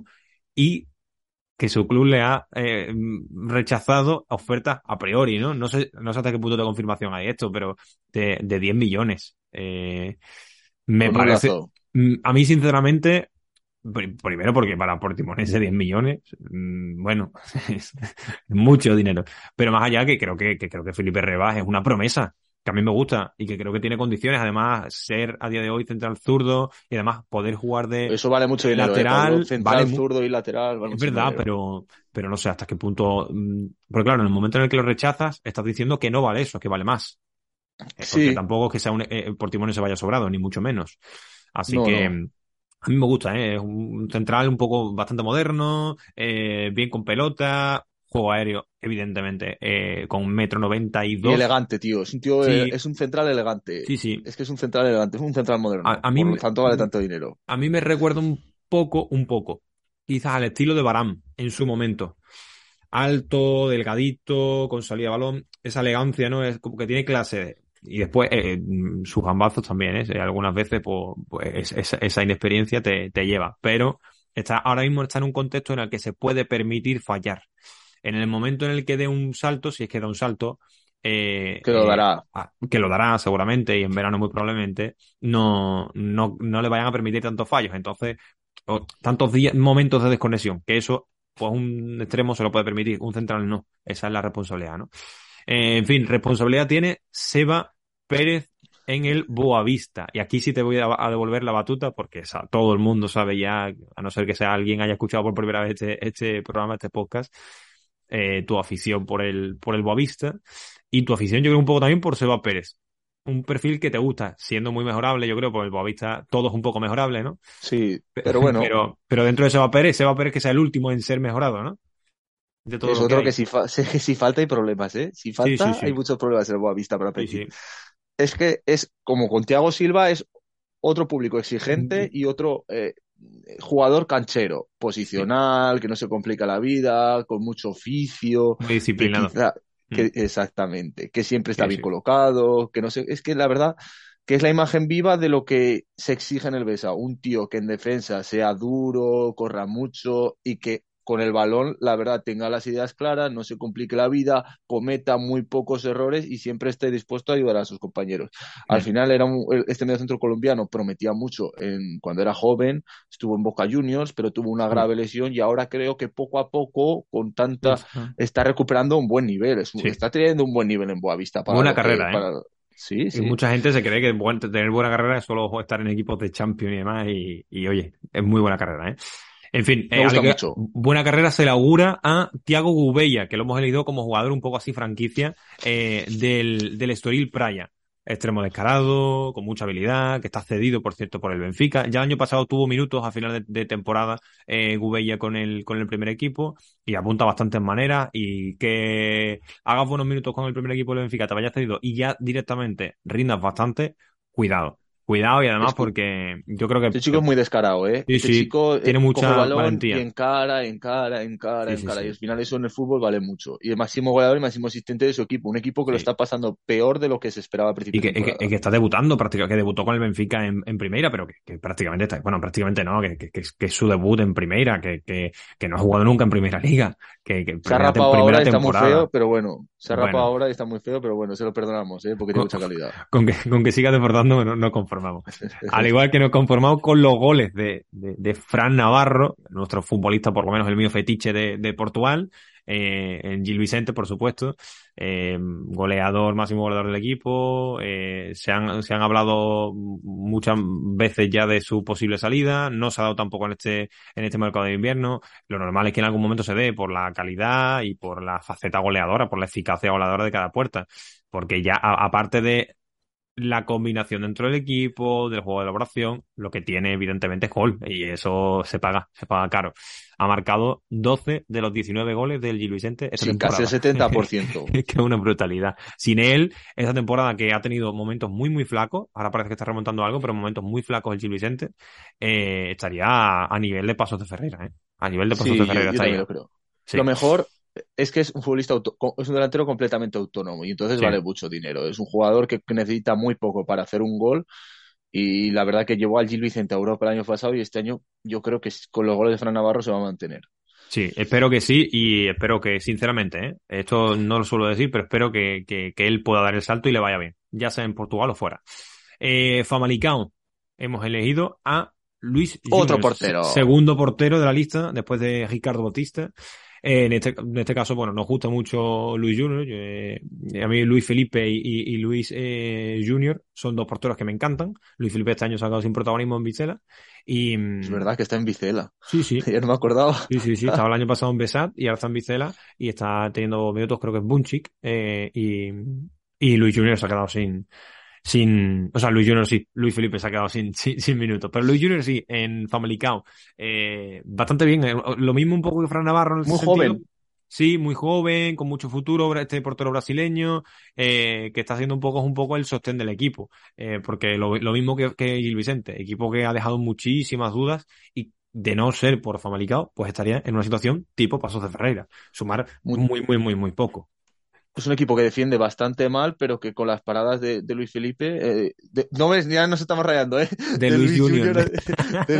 y que su club le ha eh, mm, rechazado ofertas a priori, ¿no? No sé, no sé hasta qué punto de confirmación hay esto, pero de, de diez millones. Eh, me Con un parece, lazo. mm, a mí sinceramente, pri- primero porque para Portimonense diez millones, mm, bueno, es mucho dinero. Pero más allá que creo que, que creo que Felipe Rebas es una promesa que a mí me gusta y que creo que tiene condiciones. Además, ser a día de hoy central zurdo y además poder jugar de Eso vale mucho dinero, ¿eh, Pablo? lateral, vale, Central, mu- zurdo y lateral, vale es muchísimo verdad, dinero. pero, pero no sé hasta qué punto. mm, Porque claro, en el momento en el que lo rechazas, estás diciendo que no vale eso, que vale más. Eh, Porque Sí, tampoco es que sea un eh, Portimonense se vaya sobrado, ni mucho menos. Así no, que no. mm, a mí me gusta, ¿eh? Es un central un poco bastante moderno, eh, bien con pelota, juego aéreo, evidentemente, eh, con un metro noventa y Y dos. elegante, tío. Es un tío, eh, Sí, es un central elegante. sí, sí. Es que es un central elegante, es un central A, moderno. a mí, Por lo me- tanto, vale tanto dinero. a mí me recuerda un poco, un poco, quizás al estilo de Varane en su momento. Alto, delgadito, con salida de balón, esa elegancia, ¿no? Es como que tiene clase. Y después eh, mm, sus gambazos también, ¿eh? Eh, Algunas veces, pues, pues es- esa, esa inexperiencia te, te lleva. Pero está, ahora mismo está en un contexto en el que se puede permitir fallar. En el momento en el que dé un salto, si es que da un salto, eh, Que lo eh, dará. a- que lo dará seguramente y en verano muy probablemente, no, no, no le vayan a permitir tantos fallos. Entonces, o tantos días, momentos de desconexión, que eso pues un extremo se lo puede permitir, un central no. Esa es la responsabilidad, ¿no? Eh, en fin, responsabilidad tiene Seba Pérez en el Boavista. Y aquí sí te voy a, a devolver la batuta porque sa- todo el mundo sabe ya, a no ser que sea alguien haya escuchado por primera vez este, este programa, este podcast, eh, tu afición por el, por el Boavista y tu afición yo creo un poco también por Seba Pérez. Un perfil que te gusta, siendo muy mejorable, yo creo, por el Boavista todo es un poco mejorable, ¿no? Sí, pero bueno, Pero, pero dentro de Seba Pérez, Seba Pérez que sea el último en ser mejorado, ¿no? de todo Es lo que otro que hay. si, fa- sé que si falta hay problemas, ¿eh? Si Sí, sí, falta hay sí. muchos problemas en el Boavista para Sí, Petit. sí. Es que es como con Thiago Silva, es otro público exigente y otro eh, jugador canchero, Sí, posicional, que no se complica la vida, con mucho oficio, muy que disciplinado. quizá, Mm, que exactamente, que siempre está sí, bien sí. colocado, que no sé, es que la verdad que es la imagen viva de lo que se exige en el Besa, un tío que en defensa sea duro, corra mucho y que con el balón, la verdad, tenga las ideas claras, no se complique la vida, cometa muy pocos errores y siempre esté dispuesto a ayudar a sus compañeros. Al Mm, final era un, este mediocentro colombiano prometía mucho en, cuando era joven, estuvo en Boca Juniors, pero tuvo una sí. grave lesión y ahora creo que poco a poco, con Sí, tanta, está, está recuperando un buen nivel, es, sí. está teniendo un buen nivel en Boavista para Buena lo que, carrera, ¿eh? para, sí, Y sí, mucha gente se cree que buen- tener buena carrera es solo estar en equipos de Champions y demás, y, y oye, es muy buena carrera, ¿eh? En fin, me eh, al gusta que- mucho. buena carrera se le augura a Thiago Gubella, que lo hemos elegido como jugador un poco así franquicia eh, del, del Estoril Praia. Extremo descarado, con mucha habilidad, que está cedido, por cierto, por el Benfica. Ya el año pasado tuvo minutos a final de, de temporada eh, Gubella con el, con el primer equipo y apunta bastantes maneras y que hagas buenos minutos con el primer equipo del Benfica, te vayas cedido y ya directamente rindas bastante, cuidado. Cuidado y además Escu- porque yo creo que, Este chico que es muy descarado, ¿eh? sí, Este sí, chico tiene eh, coge el mucha balón y valentía. encara, encara, encara, Sí, sí, encara. Y sí. al final eso en el fútbol vale mucho. Y el máximo goleador y máximo asistente de su equipo. Un equipo que lo Sí. está pasando peor de lo que se esperaba a Y principio de que, y que, y temporada. que está debutando prácticamente, que debutó con el Benfica en, en primera, pero que, que prácticamente está, bueno, prácticamente no, que, que, que es, que es su debut en primera, que, que, que no ha jugado nunca en primera liga, que, que Se ha primera, tem- rapado primera ahora y está muy temporada. feo, pero bueno. Se ha rapado Bueno, ahora y está muy feo, pero bueno, se lo perdonamos, ¿eh? Porque tiene con, mucha calidad. con que, con que siga desbordando no nos conformamos. Al igual que nos conformamos con los goles de, de, de Fran Navarro, nuestro futbolista, por lo menos el mío fetiche de, de Portugal, eh, en Gil Vicente, por supuesto, eh, goleador, máximo goleador del equipo, eh, se han, se han hablado muchas veces ya de su posible salida, no se ha dado tampoco en este, en este mercado de invierno, lo normal es que en algún momento se dé por la calidad y por la faceta goleadora, por la eficacia goleadora de cada puerta, porque ya a- aparte de la combinación dentro del equipo, del juego de elaboración, lo que tiene evidentemente es gol y eso se paga, se paga caro. Ha marcado doce de los diecinueve goles del Gil Vicente esta Sí, casi el temporada. setenta por ciento. Es que es una brutalidad. Sin él, esta temporada que ha tenido momentos muy, muy flacos, ahora parece que está remontando algo, pero momentos muy flacos el Gil Vicente, eh, estaría a, a nivel de Pasos de Ferreira, ¿eh? A nivel de Pasos de Sí, yo, Ferreira yo también estaría. lo creo. Sí, Lo mejor es que es un futbolista, auto- co- es un delantero completamente autónomo y entonces sí. vale mucho dinero. Es un jugador que que necesita muy poco para hacer un gol y la verdad que llevó al Gil Vicente a Europa el año pasado y este año yo creo que con los goles de Fran Navarro se va a mantener. Sí, espero que sí y espero que, sinceramente, ¿eh? Esto no lo suelo decir, pero espero que, que, que él pueda dar el salto y le vaya bien, ya sea en Portugal o fuera. Eh, Famalicão, hemos elegido a Luis Otro Junior, se- portero. segundo portero de la lista, después de Ricardo Bautista. Eh, en este, en este caso, bueno, nos gusta mucho Luis Junior. Eh, a mí Luis Felipe y, y- y Luis eh, Junior son dos porteros que me encantan. Luis Felipe este año se ha quedado sin protagonismo en Vizela. Y Es mm, verdad que está en Vicela. sí, sí. Ya no me acordaba. Sí, sí, sí, estaba el año pasado en Besat y ahora está en Vizela y está teniendo minutos, creo que es Bunchik, eh, y, y Luis Junior se ha quedado sin, sin, o sea, Luis Junior sí, Luis Felipe se ha quedado sin, sin, sin minutos, pero Luis Junior sí, en Famalicão, eh, bastante bien, eh, lo mismo un poco que Fran Navarro en ese Muy sentido, joven. sí, muy joven, con mucho futuro, este portero brasileño, eh, que está haciendo un poco, un poco el sostén del equipo, eh, porque lo, lo mismo que, que Gil Vicente, equipo que ha dejado muchísimas dudas y de no ser por Famalicão, pues estaría en una situación tipo Pasos de Ferreira, sumar Muy, muy, muy, muy, muy poco. es un equipo que defiende bastante mal, pero que con las paradas de, de Luis Felipe, eh, de- no ves, ya nos estamos rayando, ¿eh? De De Luis Luis Junior. Junior, de,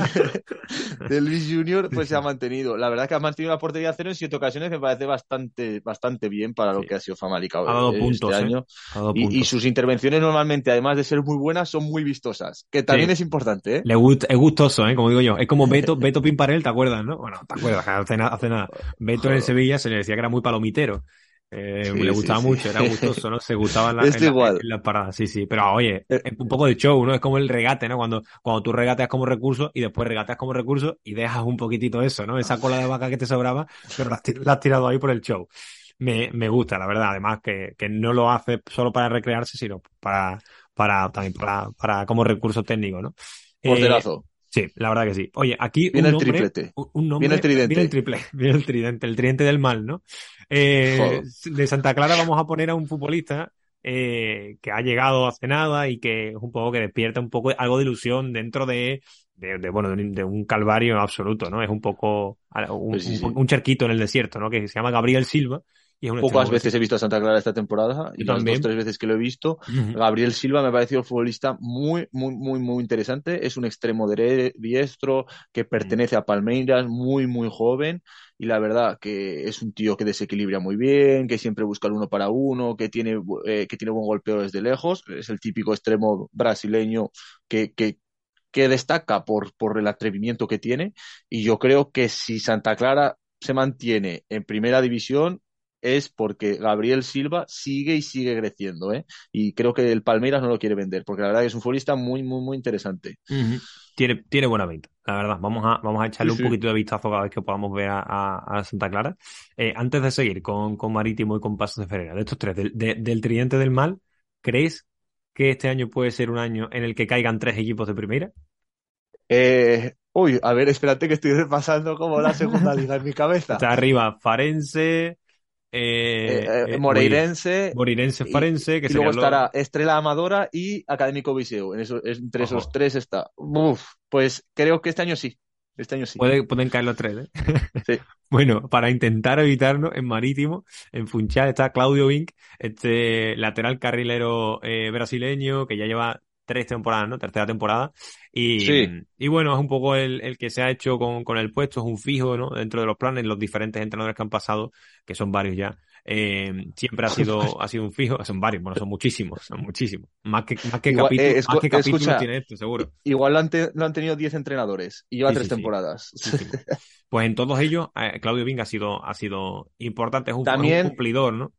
de Luis Junior, pues se ha mantenido. La verdad que ha mantenido la portería a cero en siete ocasiones, que me parece bastante, bastante bien para lo Sí, que ha sido Famalicão ha dado eh, este puntos, ¿eh? año. Ha dado Y, y puntos. sus intervenciones normalmente, además de ser muy buenas, son muy vistosas, que Sí. también es importante, ¿eh? Le gusta, es gustoso, ¿eh? Como digo yo. Es como Beto, Beto Pimparel, ¿te acuerdas, no? Bueno, ¿te acuerdas? Hace, na- hace nada. Beto en el Joder. Sevilla se le decía que era muy palomitero. Eh, le Sí, sí, gustaba sí. mucho, era gustoso, ¿no? Se gustaba en la, en Esto la, igual. en las paradas, sí, sí. Pero oye, Eh, es un poco de show, ¿no? Es como el regate, ¿no? Cuando, cuando tú regateas como recurso y después regateas como recurso y dejas un poquitito eso, ¿no? Esa cola de vaca que te sobraba, pero la has, ti- la has tirado ahí por el show. Me, me gusta, la verdad. Además que, que no lo hace solo para recrearse, sino para, para, también para, para como recurso técnico, ¿no? Eh, Porterazo. Sí, la verdad que sí. Oye, aquí Viene un el nombre, triplete, un un viene el nombre, viene el tridente. triple, viene el tridente, el tridente del mal, ¿no? Eh, Joder. de Santa Clara vamos a poner a un futbolista eh, que ha llegado hace nada y que es un poco que despierta un poco algo de ilusión dentro de, de, de, bueno, de un, de un calvario absoluto, ¿no? Es un poco un, Pues sí, un, sí. un charquito en el desierto, ¿no? Que se llama Gabriel Silva y es un extremo Pocas que sí. veces he visto a Santa Clara esta temporada Yo y las dos, también. tres veces que lo he visto, Ujú. Gabriel Silva me ha parecido un futbolista muy, muy, muy, muy interesante. Es un extremo dere- diestro que Mm. pertenece a Palmeiras, muy, muy joven. Y la verdad que es un tío que desequilibra muy bien, que siempre busca el uno para uno, que tiene, eh, que tiene buen golpeo desde lejos. Es el típico extremo brasileño que, que, que destaca por, por el atrevimiento que tiene. Y yo creo que si Santa Clara se mantiene en primera división es porque Gabriel Silva sigue y sigue creciendo, ¿eh? Y creo que el Palmeiras no lo quiere vender, porque la verdad que es un futbolista muy, muy, muy interesante. Ujú. Tiene, tiene buena pinta, la verdad. Vamos a, vamos a Sí, echarle un sí. poquito de vistazo cada vez que podamos ver a, a- a Santa Clara. Eh, antes de seguir con, con Marítimo y con Pasos de Ferreira, de estos tres, del, de- del Tridente del Mal, ¿crees que este año puede ser un año en el que caigan tres equipos de primera? Eh, uy, a ver, espérate que estoy repasando como la segunda liga en mi cabeza. Está arriba Farense, Eh, eh, eh, eh, Mori- Moreirense Moreirense y, Farense, que y luego serían los... estará Estrela Amadora y Académico Viseu. En eso, entre esos Ojo, tres está. Uf, pues creo que este año sí. Este año sí. puede- pueden caer los tres, ¿eh? Sí. Bueno, para intentar evitarnos, en Marítimo, en Funchal está Claudio Vinc, este lateral carrilero eh, brasileño que ya lleva tres temporadas, ¿no? Tercera temporada. Y, Sí. y bueno, es un poco el, el que se ha hecho con, con el puesto, es un fijo, ¿no? Dentro de los planes, los diferentes entrenadores que han pasado, que son varios ya. eh, siempre ha sido, ha sido un fijo, son varios, bueno, son muchísimos, son muchísimos. Más que, más que Igual, eh, capítulos, más escu- que capítulos escucha, tiene esto, seguro. igual lo han, te- lo han tenido diez entrenadores y lleva Sí, tres sí, sí. temporadas. Muchísimos. Pues en todos ellos, eh, Claudio Vinga ha sido, ha sido importante, es un, es un También cumplidor, ¿no?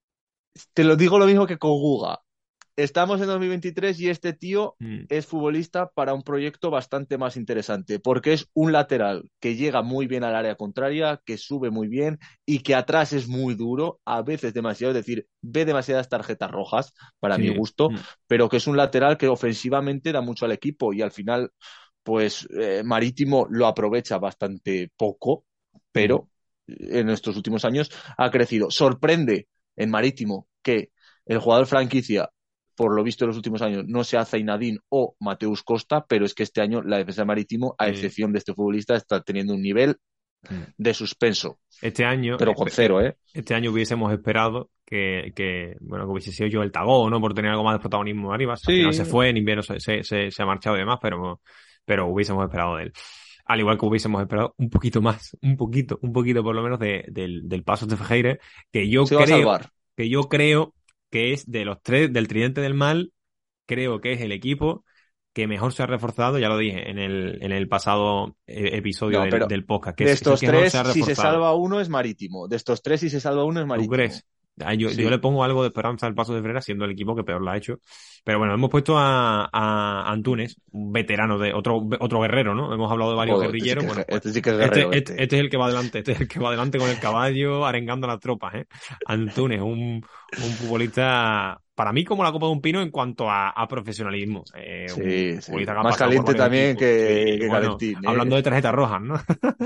te lo digo lo mismo que con Guga. Estamos en dos mil veintitrés y este tío Mm, es futbolista para un proyecto bastante más interesante, porque es un lateral que llega muy bien al área contraria, que sube muy bien y que atrás es muy duro, a veces demasiado, es decir, ve demasiadas tarjetas rojas para mi sí. gusto, Mm, pero que es un lateral que ofensivamente da mucho al equipo y al final, pues eh, Marítimo lo aprovecha bastante poco, mm, pero en estos últimos años ha crecido. Sorprende en Marítimo que el jugador franquicia por lo visto en los últimos años, no sea Zainadín o Mateus Costa, pero es que este año la defensa marítimo, a sí. excepción de este futbolista, está teniendo un nivel Mm. de suspenso, Este año, pero con espe- eh, cero, ¿eh? este año hubiésemos esperado que, que, bueno, que hubiese sido yo el Tagó, ¿no? Por tener algo más de protagonismo arriba. Al final se Sí, fue, en invierno se, se, se, se ha marchado y demás, pero, pero hubiésemos esperado de él. Al igual que hubiésemos esperado un poquito más, un poquito, un poquito por lo menos de, del, del paso de Fejeire, que yo se va a creo, salvar. que yo creo que es de los tres, del Tridente del Mal, creo que es el equipo que mejor se ha reforzado, ya lo dije en el, en el pasado eh, episodio No, del, pero del podcast, que de es, es el estos que mejor se tres, ha si se reforzado. salva uno es marítimo. De estos tres, si se salva uno es ¿Tú marítimo. crees? Ah, yo, yo Sí. le pongo algo de esperanza al paso de Ferreira, siendo el equipo que peor lo ha hecho. Pero bueno, hemos puesto a, a Antunes, un veterano de otro, otro guerrero, ¿no? Hemos hablado de varios Joder, este sí guerrilleros. que, es- Bueno, pues este sí que es este, guerrero, este, este. este es el que va adelante, este es el que va adelante con el caballo, arengando a las tropas, ¿eh? Antunes, un, un futbolista, para mí, como la copa de un pino en cuanto a, a profesionalismo. Eh, un Sí, sí. futbolista que ha Más pasado por caliente varios también equipos. que, Sí, que bueno, Calentín, hablando ¿eh? de tarjetas rojas, ¿no?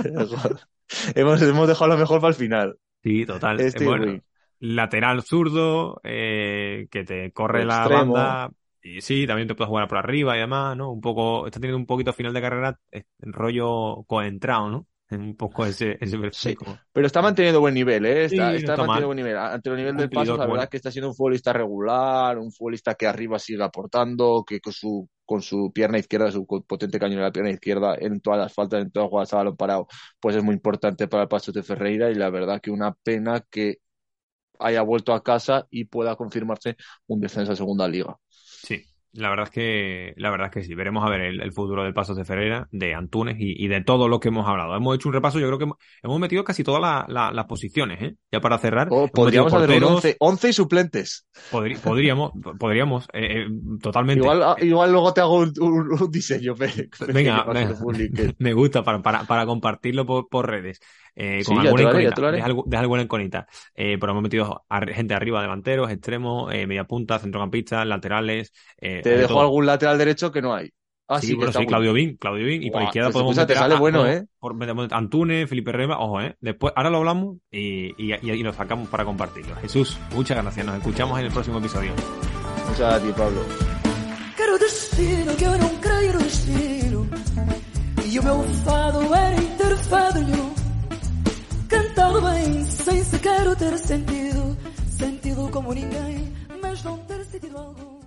hemos, hemos dejado lo mejor para el final. Sí, total. Eh, Este y Bueno, Ruiz. lateral zurdo, eh, que te O corre la extremo. banda. Y sí, también te puedes jugar por arriba y demás, ¿no? Un poco, está teniendo un poquito final de carrera, eh, rollo coentrao, ¿no? Un poco ese, ese perfil Sí, como. pero está manteniendo buen nivel, ¿eh? Está, Sí, no está está manteniendo mal. buen nivel. Ante el Un nivel del Pasos, cumplidor la verdad bueno. que está siendo un futbolista regular, un futbolista que arriba sigue aportando, que con su, con su pierna izquierda, su potente cañón en la pierna izquierda, en todas las faltas, en todas las jugadas a balón parado, pues es muy importante para el Pasos de Ferreira y la verdad que una pena que haya vuelto a casa y pueda confirmarse un descenso a segunda liga. Sí, la verdad es que, la verdad es que sí. Veremos a ver el, el futuro del Pasos de Ferreira, de Antunes y, y de todo lo que hemos hablado. Hemos hecho un repaso, yo creo que hemos, hemos metido casi todas la- la- las posiciones, ¿eh? Ya para cerrar, O hemos metido podríamos hacer un porteros. once, once y suplentes. Podri- podríamos, podríamos, eh, eh, totalmente. Igual, igual luego te hago un, un- un diseño pe- pequeño Venga, para que venga, lo publiques. me gusta para, para, para compartirlo por, por redes, eh, con Sí, ya te alguna lo haré, ya te incógnita, lo deja, haré. algu- deja alguna incógnita. Eh, pero hemos metido a gente arriba, delanteros, extremos, eh, media punta, centrocampistas, laterales, eh, Te hay de dejo todo. algún lateral derecho que no hay. Ah, sí, sí, que bueno, está sí, bueno. Claudio Bin, Claudio Bin. Y por Buah, izquierda pues, podemos escucha, te meter sale a, bueno, podemos- ¿eh? por- metemos Antunes, Felipe Rema, ojo, ¿eh? Después, ahora lo hablamos y, y, y, y lo sacamos para compartirlo. Jesús, muchas gracias. Nos escuchamos en el próximo episodio. Muchas gracias, Pablo. Quero destino que eu não creio no destino. E o meu fado era em ter fado nenhum. Cantado bem, sem sequer o ter sentido. Sentido como ninguém, mas não ter sentido algum.